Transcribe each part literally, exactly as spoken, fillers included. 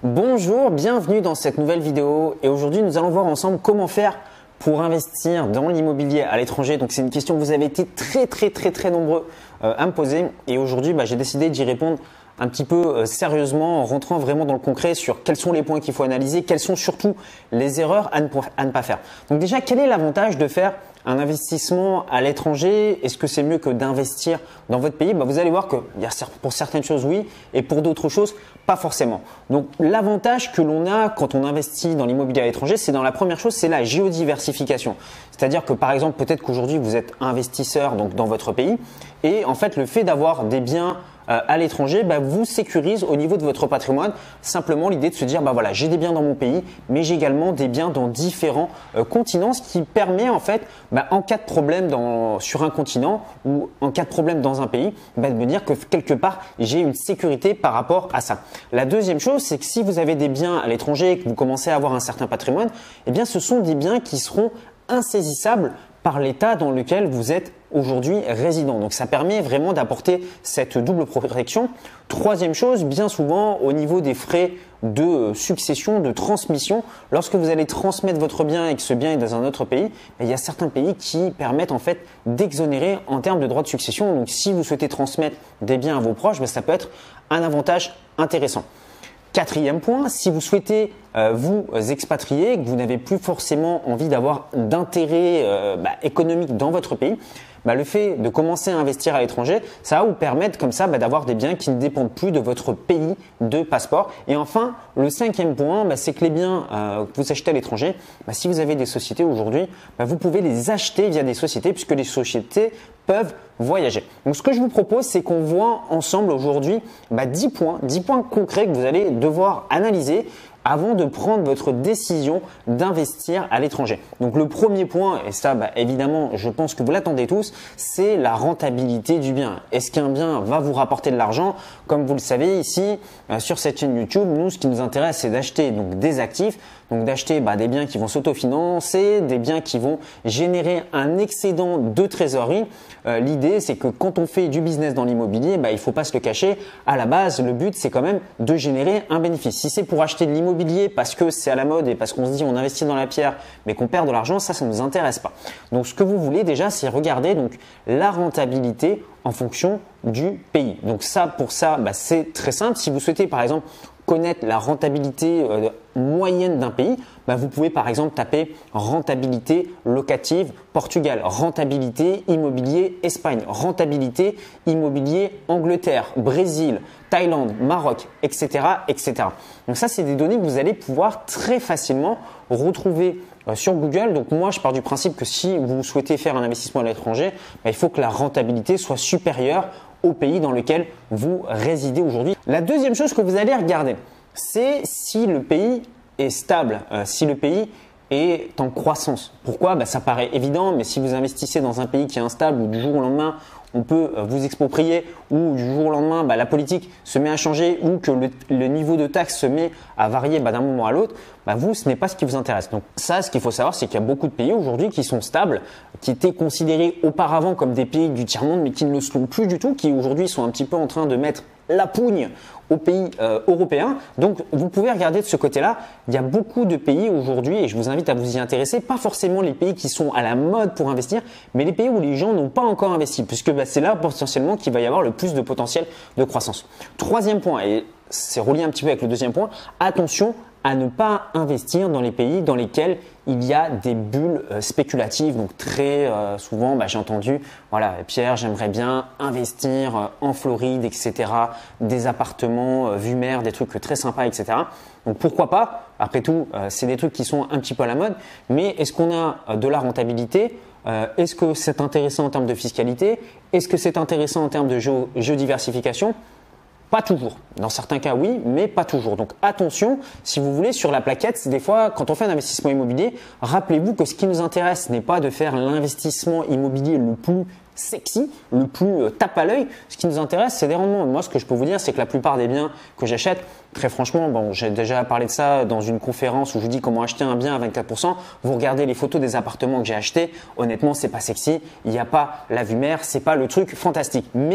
Bonjour, bienvenue dans cette nouvelle vidéo et aujourd'hui nous allons voir ensemble comment faire pour investir dans l'immobilier à l'étranger. Donc c'est une question que vous avez été très très très très nombreux euh, à me poser et aujourd'hui bah, j'ai décidé d'y répondre un petit peu euh, sérieusement en rentrant vraiment dans le concret sur quels sont les points qu'il faut analyser, quelles sont surtout les erreurs à ne, à ne pas faire. Donc déjà, quel est l'avantage de faire un investissement à l'étranger? Est-ce que c'est mieux que d'investir dans votre pays? Bah, vous allez voir que il y a pour certaines choses oui et pour d'autres choses pas forcément. Donc l'avantage que l'on a quand on investit dans l'immobilier à l'étranger, c'est dans la première chose, c'est la géodiversification. C'est-à-dire que par exemple, peut-être qu'aujourd'hui vous êtes investisseur donc dans votre pays et en fait le fait d'avoir des biens Euh, à l'étranger, bah, vous sécurise au niveau de votre patrimoine. Simplement l'idée de se dire, bah voilà, j'ai des biens dans mon pays, mais j'ai également des biens dans différents euh, continents, ce qui permet en fait, bah, en cas de problème dans, sur un continent ou en cas de problème dans un pays, bah, de me dire que quelque part j'ai une sécurité par rapport à ça. La deuxième chose, c'est que si vous avez des biens à l'étranger et que vous commencez à avoir un certain patrimoine, eh bien ce sont des biens qui seront insaisissables par l'état dans lequel vous êtes aujourd'hui résident. Donc ça permet vraiment d'apporter cette double protection. Troisième chose, bien souvent au niveau des frais de succession, de transmission, lorsque vous allez transmettre votre bien et que ce bien est dans un autre pays, il y a certains pays qui permettent en fait d'exonérer en termes de droits de succession. Donc si vous souhaitez transmettre des biens à vos proches, ça peut être un avantage intéressant. Quatrième point, si vous souhaitez euh, vous expatrier, que vous n'avez plus forcément envie d'avoir d'intérêt euh, bah, économique dans votre pays, bah, le fait de commencer à investir à l'étranger, ça va vous permettre comme ça bah, d'avoir des biens qui ne dépendent plus de votre pays de passeport. Et enfin, le cinquième point, bah, c'est que les biens euh, que vous achetez à l'étranger, bah, si vous avez des sociétés aujourd'hui, bah, vous pouvez les acheter via des sociétés puisque les sociétés peuvent voyager. Donc ce que je vous propose, c'est qu'on voit ensemble aujourd'hui bah, dix points, dix points concrets que vous allez devoir analyser avant de prendre votre décision d'investir à l'étranger. Donc le premier point, et ça bah, évidemment je pense que vous l'attendez tous, c'est la rentabilité du bien. Est-ce qu'un bien va vous rapporter de l'argent? Comme vous le savez ici euh, sur cette chaîne YouTube, nous ce qui nous intéresse c'est d'acheter donc des actifs, donc d'acheter bah, des biens qui vont s'autofinancer, des biens qui vont générer un excédent de trésorerie. Euh, L'idée c'est que quand on fait du business dans l'immobilier, bah, il ne faut pas se le cacher, à la base le but c'est quand même de générer un bénéfice. Si c'est pour acheter de l'immobilier parce que c'est à la mode et parce qu'on se dit on investit dans la pierre mais qu'on perd de l'argent, ça, ça ne nous intéresse pas. Donc ce que vous voulez déjà, c'est regarder donc la rentabilité en fonction du pays. Donc ça, pour ça, bah, c'est très simple. Si vous souhaitez par exemple connaître la rentabilité euh, moyenne d'un pays, bah, vous pouvez par exemple taper rentabilité locative Portugal, rentabilité immobilier Espagne, rentabilité immobilier Angleterre, Brésil, Thaïlande, Maroc, et cetera, et cetera. Donc ça, c'est des données que vous allez pouvoir très facilement retrouver euh, sur Google. Donc moi, je pars du principe que si vous souhaitez faire un investissement à l'étranger, bah, il faut que la rentabilité soit supérieure au pays dans lequel vous résidez aujourd'hui. La deuxième chose que vous allez regarder, c'est si le pays est stable, euh, si le pays est en croissance. Pourquoi? Bah, ça paraît évident, mais si vous investissez dans un pays qui est instable ou du jour au lendemain, on peut vous exproprier ou du jour au lendemain, bah, la politique se met à changer ou que le, le niveau de taxe se met à varier bah, d'un moment à l'autre, bah, vous, ce n'est pas ce qui vous intéresse. Donc ça, ce qu'il faut savoir, c'est qu'il y a beaucoup de pays aujourd'hui qui sont stables, qui étaient considérés auparavant comme des pays du tiers-monde, mais qui ne le sont plus du tout, qui aujourd'hui sont un petit peu en train de mettre la pougne aux pays euh, européens. Donc vous pouvez regarder de ce côté-là, il y a beaucoup de pays aujourd'hui et je vous invite à vous y intéresser, pas forcément les pays qui sont à la mode pour investir, mais les pays où les gens n'ont pas encore investi, puisque bah, c'est là potentiellement qu'il va y avoir le plus de potentiel de croissance. Troisième point, et c'est relié un petit peu avec le deuxième point, attention à ne pas investir dans les pays dans lesquels il y a des bulles euh, spéculatives. Donc très euh, souvent, bah, j'ai entendu, voilà, Pierre, j'aimerais bien investir euh, en Floride, et cetera, des appartements, euh, vue mer, des trucs très sympas, et cetera. Donc pourquoi pas? Après tout, euh, c'est des trucs qui sont un petit peu à la mode, mais est-ce qu'on a euh, de la rentabilité? Euh, Est-ce que c'est intéressant en termes de fiscalité? Est-ce que c'est intéressant en termes de géo géodiversification? Pas toujours. Dans certains cas, oui, mais pas toujours. Donc attention, si vous voulez, sur la plaquette, des fois, quand on fait un investissement immobilier, rappelez-vous que ce qui nous intéresse n'est pas de faire l'investissement immobilier le plus sexy, le plus euh, tape à l'œil. Ce qui nous intéresse, c'est des rendements. Moi, ce que je peux vous dire, c'est que la plupart des biens que j'achète, très franchement, bon, j'ai déjà parlé de ça dans une conférence où je vous dis comment acheter un bien à vingt-quatre pour cent. Vous regardez les photos des appartements que j'ai achetés. Honnêtement, c'est pas sexy. Il n'y a pas la vue mer. C'est pas le truc fantastique. Mais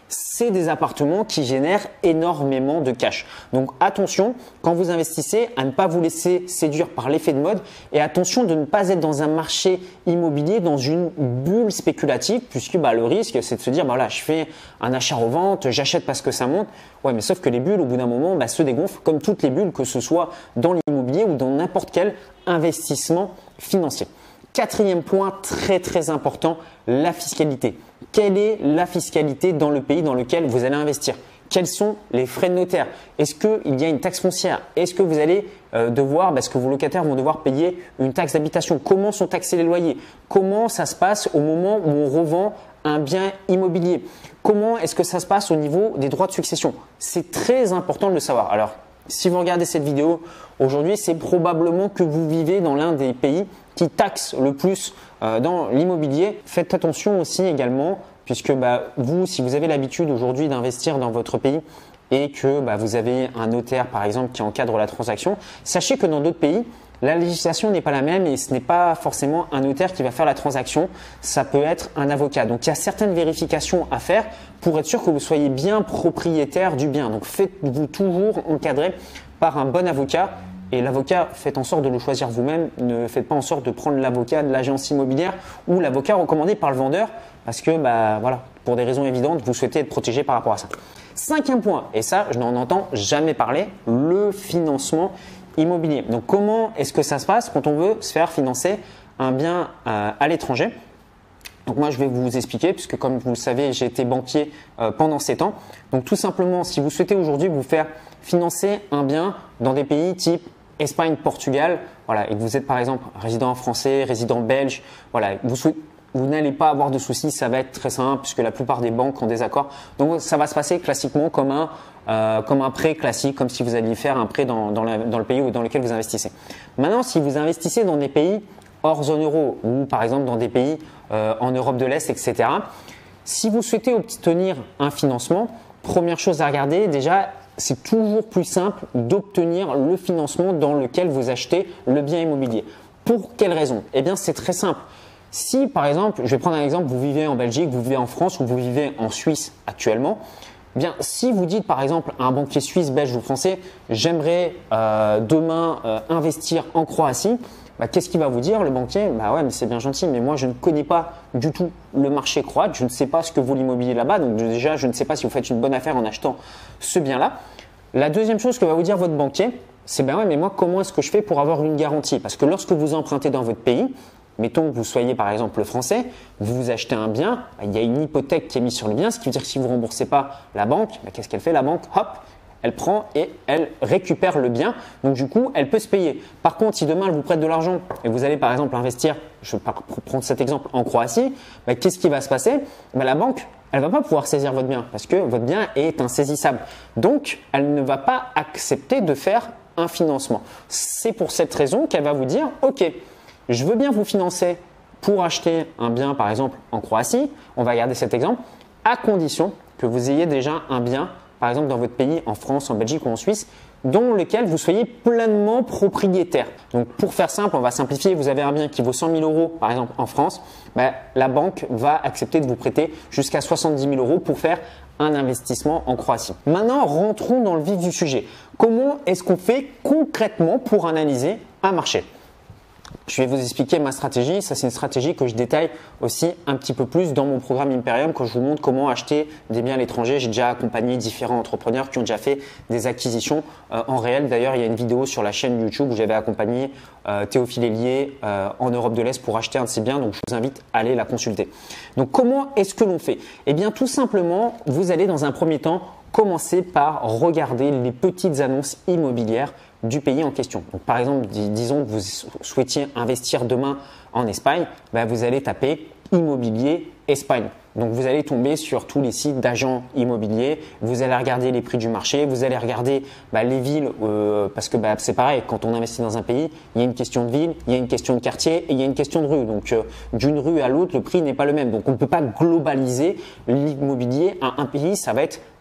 c'est des appartements qui génèrent énormément de cash. Donc attention quand vous investissez à ne pas vous laisser séduire par l'effet de mode et attention de ne pas être dans un marché immobilier, dans une bulle spéculative puisque bah, le risque c'est de se dire bah, voilà, je fais un achat-revente, j'achète parce que ça monte. Ouais, mais sauf que les bulles au bout d'un moment bah, se dégonflent comme toutes les bulles que ce soit dans l'immobilier ou dans n'importe quel investissement financier. Quatrième point très très important, la fiscalité. Quelle est la fiscalité dans le pays dans lequel vous allez investir? Quels sont les frais de notaire? Est-ce qu'il y a une taxe foncière? Est-ce que vous allez euh, devoir, parce que vos locataires vont devoir payer une taxe d'habitation? Comment sont taxés les loyers? Comment ça se passe au moment où on revend un bien immobilier? Comment est-ce que ça se passe au niveau des droits de succession? C'est très important de le savoir. Alors, si vous regardez cette vidéo aujourd'hui, c'est probablement que vous vivez dans l'un des pays qui taxe le plus euh, dans l'immobilier. Faites attention aussi également, puisque bah, vous, si vous avez l'habitude aujourd'hui d'investir dans votre pays et que bah, vous avez un notaire par exemple qui encadre la transaction, sachez que dans d'autres pays, la législation n'est pas la même et ce n'est pas forcément un notaire qui va faire la transaction, ça peut être un avocat. Donc il y a certaines vérifications à faire pour être sûr que vous soyez bien propriétaire du bien. Donc faites-vous toujours encadrer par un bon avocat. Et l'avocat, faites en sorte de le choisir vous-même. Ne faites pas en sorte de prendre l'avocat de l'agence immobilière ou l'avocat recommandé par le vendeur parce que, bah, voilà, pour des raisons évidentes, vous souhaitez être protégé par rapport à ça. Cinquième point, et ça, je n'en entends jamais parler, le financement immobilier. Donc, comment est-ce que ça se passe quand on veut se faire financer un bien euh, à l'étranger? Donc moi, je vais vous expliquer puisque comme vous le savez, j'ai été banquier euh, pendant sept ans. Donc tout simplement, si vous souhaitez aujourd'hui vous faire financer un bien dans des pays type Espagne, Portugal, voilà, et que vous êtes par exemple résident français, résident belge, voilà, vous, vous n'allez pas avoir de soucis, ça va être très simple puisque la plupart des banques ont des accords. Donc ça va se passer classiquement comme un, euh, comme un prêt classique, comme si vous alliez faire un prêt dans, dans, la, dans le pays dans lequel vous investissez. Maintenant, si vous investissez dans des pays hors zone euro ou par exemple dans des pays euh, en Europe de l'Est, et cetera, si vous souhaitez obtenir un financement, première chose à regarder déjà, c'est toujours plus simple d'obtenir le financement dans lequel vous achetez le bien immobilier. Pour quelle raison? Eh bien, c'est très simple. Si par exemple, je vais prendre un exemple, vous vivez en Belgique, vous vivez en France ou vous vivez en Suisse actuellement, eh bien, si vous dites par exemple à un banquier suisse, belge ou français, j'aimerais euh, demain euh, investir en Croatie, bah, qu'est-ce qu'il va vous dire le banquier? Bah ouais, mais c'est bien gentil, mais moi je ne connais pas du tout le marché croate, je ne sais pas ce que vaut l'immobilier là-bas, donc déjà je ne sais pas si vous faites une bonne affaire en achetant ce bien-là. La deuxième chose que va vous dire votre banquier, c'est ben ouais, mais moi comment est-ce que je fais pour avoir une garantie? Parce que lorsque vous empruntez dans votre pays, mettons que vous soyez par exemple français, vous vous achetez un bien, il y a une hypothèque qui est mise sur le bien, ce qui veut dire que si vous ne remboursez pas la banque, ben qu'est-ce qu'elle fait la banque? Hop, elle prend et elle récupère le bien. Donc du coup, elle peut se payer. Par contre, si demain elle vous prête de l'argent et vous allez par exemple investir, je vais prendre cet exemple en Croatie, ben, qu'est-ce qui va se passer? Ben, la banque, elle ne va pas pouvoir saisir votre bien parce que votre bien est insaisissable. Donc, elle ne va pas accepter de faire un financement. C'est pour cette raison qu'elle va vous dire, ok, je veux bien vous financer pour acheter un bien par exemple en Croatie. On va garder cet exemple à condition que vous ayez déjà un bien par exemple dans votre pays, en France, en Belgique ou en Suisse, dans lequel vous soyez pleinement propriétaire. Donc pour faire simple, on va simplifier, vous avez un bien qui vaut cent mille euros par exemple en France, ben, la banque va accepter de vous prêter jusqu'à soixante-dix mille euros pour faire un investissement en Croatie. Maintenant, rentrons dans le vif du sujet. Comment est-ce qu'on fait concrètement pour analyser un marché ? Je vais vous expliquer ma stratégie. Ça, c'est une stratégie que je détaille aussi un petit peu plus dans mon programme Imperium quand je vous montre comment acheter des biens à l'étranger. J'ai déjà accompagné différents entrepreneurs qui ont déjà fait des acquisitions euh, en réel. D'ailleurs, il y a une vidéo sur la chaîne YouTube où j'avais accompagné euh, Théophile Hélier euh, en Europe de l'Est pour acheter un de ses biens. Donc, je vous invite à aller la consulter. Donc, comment est-ce que l'on fait? Eh bien, tout simplement, vous allez dans un premier temps commencer par regarder les petites annonces immobilières du pays en question. Donc, par exemple, disons que vous souhaitiez investir demain en Espagne, ben vous allez taper immobilier Espagne. Donc, vous allez tomber sur tous les sites d'agents immobiliers, vous allez regarder les prix du marché, vous allez regarder ben, les villes, euh, parce que ben, c'est pareil, quand on investit dans un pays, il y a une question de ville, il y a une question de quartier et il y a une question de rue. Donc, euh, d'une rue à l'autre, le prix n'est pas le même. Donc, on ne peut pas globaliser l'immobilier à un pays, ça va être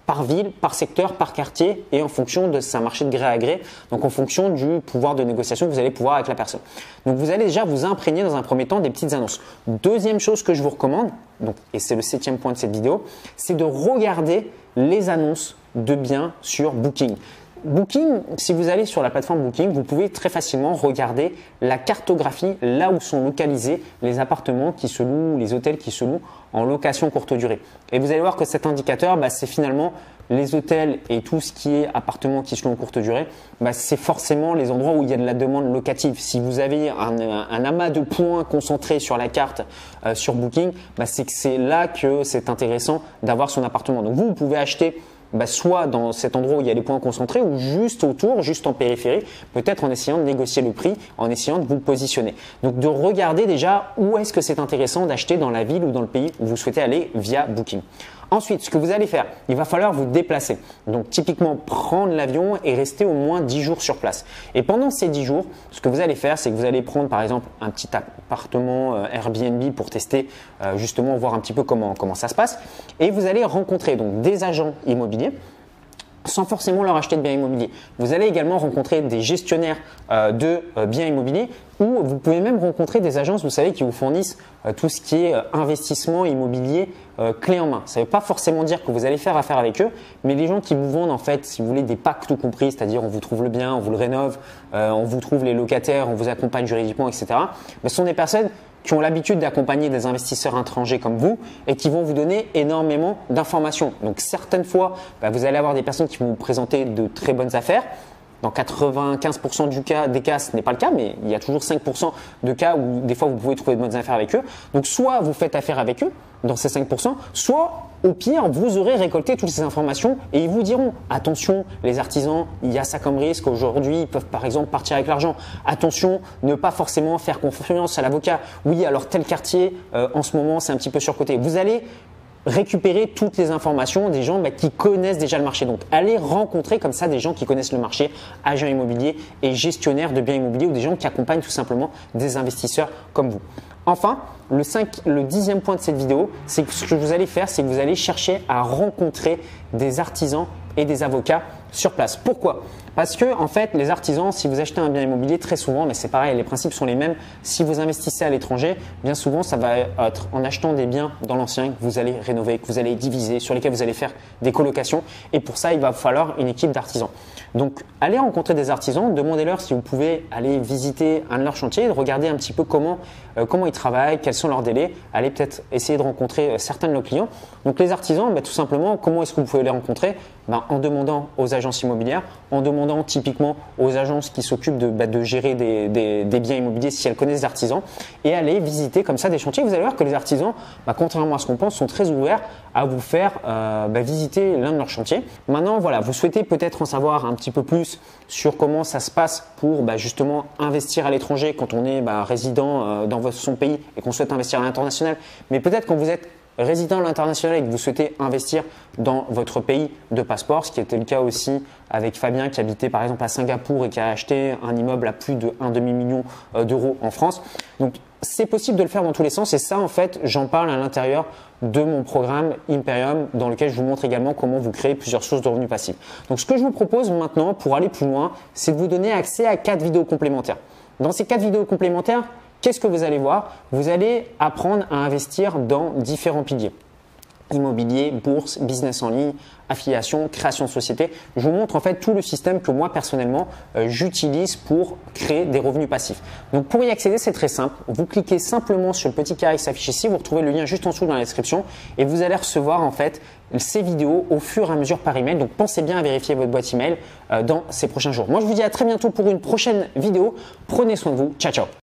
par ville, par secteur, par quartier et en fonction de c'est un marché de gré à gré, donc en fonction du pouvoir de négociation que vous allez pouvoir avec la personne. Donc vous allez déjà vous imprégner dans un premier temps des petites annonces. Deuxième chose que je vous recommande, donc, et c'est le septième point de cette vidéo, c'est de regarder les annonces de biens sur Booking. Booking, si vous allez sur la plateforme Booking, vous pouvez très facilement regarder la cartographie, là où sont localisés les appartements qui se louent, les hôtels qui se louent en location courte durée. Et vous allez voir que cet indicateur, bah, c'est finalement les hôtels et tout ce qui est appartements qui se louent en courte durée, bah, c'est forcément les endroits où il y a de la demande locative. Si vous avez un, un amas de points concentrés sur la carte euh, sur Booking, bah, c'est que c'est là que c'est intéressant d'avoir son appartement. Donc vous, vous pouvez acheter bah, soit dans cet endroit où il y a les points concentrés ou juste autour, juste en périphérie, peut-être en essayant de négocier le prix, en essayant de vous positionner. Donc de regarder déjà où est-ce que c'est intéressant d'acheter dans la ville ou dans le pays où vous souhaitez aller via Booking. Ensuite, ce que vous allez faire, il va falloir vous déplacer. Donc typiquement prendre l'avion et rester au moins dix jours sur place. Et pendant ces dix jours, ce que vous allez faire, c'est que vous allez prendre par exemple un petit appartement euh, Airbnb pour tester, euh, justement voir un petit peu comment, comment ça se passe. Et vous allez rencontrer donc des agents immobiliers sans forcément leur acheter de biens immobiliers. Vous allez également rencontrer des gestionnaires euh, de euh, biens immobiliers ou vous pouvez même rencontrer des agences, vous savez, qui vous fournissent euh, tout ce qui est euh, investissement immobilier euh, clé en main. Ça ne veut pas forcément dire que vous allez faire affaire avec eux, mais les gens qui vous vendent en fait, si vous voulez, des packs tout compris, c'est-à-dire on vous trouve le bien, on vous le rénove, euh, on vous trouve les locataires, on vous accompagne juridiquement, et cetera. Mais ce sont des personnes qui ont l'habitude d'accompagner des investisseurs étrangers comme vous et qui vont vous donner énormément d'informations. Donc certaines fois, bah, vous allez avoir des personnes qui vont vous présenter de très bonnes affaires. Dans quatre-vingt-quinze pour cent du cas, des cas, ce n'est pas le cas, mais il y a toujours cinq pour cent de cas où des fois vous pouvez trouver de bonnes affaires avec eux. Donc soit vous faites affaire avec eux dans ces cinq pour cent, soit au pire, vous aurez récolté toutes ces informations et ils vous diront attention, les artisans, il y a ça comme risque. Aujourd'hui, ils peuvent par exemple partir avec l'argent. Attention, ne pas forcément faire confiance à l'avocat. Oui, alors tel quartier, euh, en ce moment, c'est un petit peu surcoté. Vous allez récupérer toutes les informations des gens bah, qui connaissent déjà le marché. Donc, allez rencontrer comme ça des gens qui connaissent le marché, agents immobiliers et gestionnaires de biens immobiliers ou des gens qui accompagnent tout simplement des investisseurs comme vous. Enfin, le, cinq, le dixième point de cette vidéo, c'est que ce que vous allez faire, c'est que vous allez chercher à rencontrer des artisans et des avocats sur place. Pourquoi ? Parce que en fait, les artisans, si vous achetez un bien immobilier, très souvent, mais c'est pareil, les principes sont les mêmes. Si vous investissez à l'étranger, bien souvent, ça va être en achetant des biens dans l'ancien que vous allez rénover, que vous allez diviser, sur lesquels vous allez faire des colocations. Et pour ça, il va falloir une équipe d'artisans. Donc, allez rencontrer des artisans, demandez-leur si vous pouvez aller visiter un de leurs chantiers, regarder un petit peu comment, euh, comment ils travaillent, quels sont leurs délais. Allez peut-être essayer de rencontrer euh, certains de nos clients. Donc, les artisans, bah, tout simplement, comment est-ce que vous pouvez les rencontrer ? Bah, en demandant aux agences immobilières, en demandant typiquement aux agences qui s'occupent de, bah, de gérer des, des, des biens immobiliers si elles connaissent des artisans et aller visiter comme ça des chantiers. Vous allez voir que les artisans, bah, contrairement à ce qu'on pense, sont très ouverts à vous faire euh, bah, visiter l'un de leurs chantiers. Maintenant, voilà, vous souhaitez peut-être en savoir un petit peu plus sur comment ça se passe pour bah, justement investir à l'étranger quand on est bah, résident euh, dans votre, son pays et qu'on souhaite investir à l'international. Mais peut-être quand vous êtes résident à l'international et que vous souhaitez investir dans votre pays de passeport, ce qui était le cas aussi avec Fabien qui habitait par exemple à Singapour et qui a acheté un immeuble à plus de un demi-million d'euros en France. Donc c'est possible de le faire dans tous les sens et ça en fait j'en parle à l'intérieur de mon programme Imperium dans lequel je vous montre également comment vous créer plusieurs sources de revenus passifs. Donc ce que je vous propose maintenant pour aller plus loin, c'est de vous donner accès à quatre vidéos complémentaires. Dans ces quatre vidéos complémentaires, qu'est-ce que vous allez voir ? Vous allez apprendre à investir dans différents piliers. Immobilier, bourse, business en ligne, affiliation, création de société. Je vous montre en fait tout le système que moi personnellement euh, j'utilise pour créer des revenus passifs. Donc pour y accéder, c'est très simple. Vous cliquez simplement sur le petit carré qui s'affiche ici. Vous retrouvez le lien juste en dessous dans la description et vous allez recevoir en fait ces vidéos au fur et à mesure par email. Donc pensez bien à vérifier votre boîte email euh, dans ces prochains jours. Moi je vous dis à très bientôt pour une prochaine vidéo. Prenez soin de vous. Ciao ciao.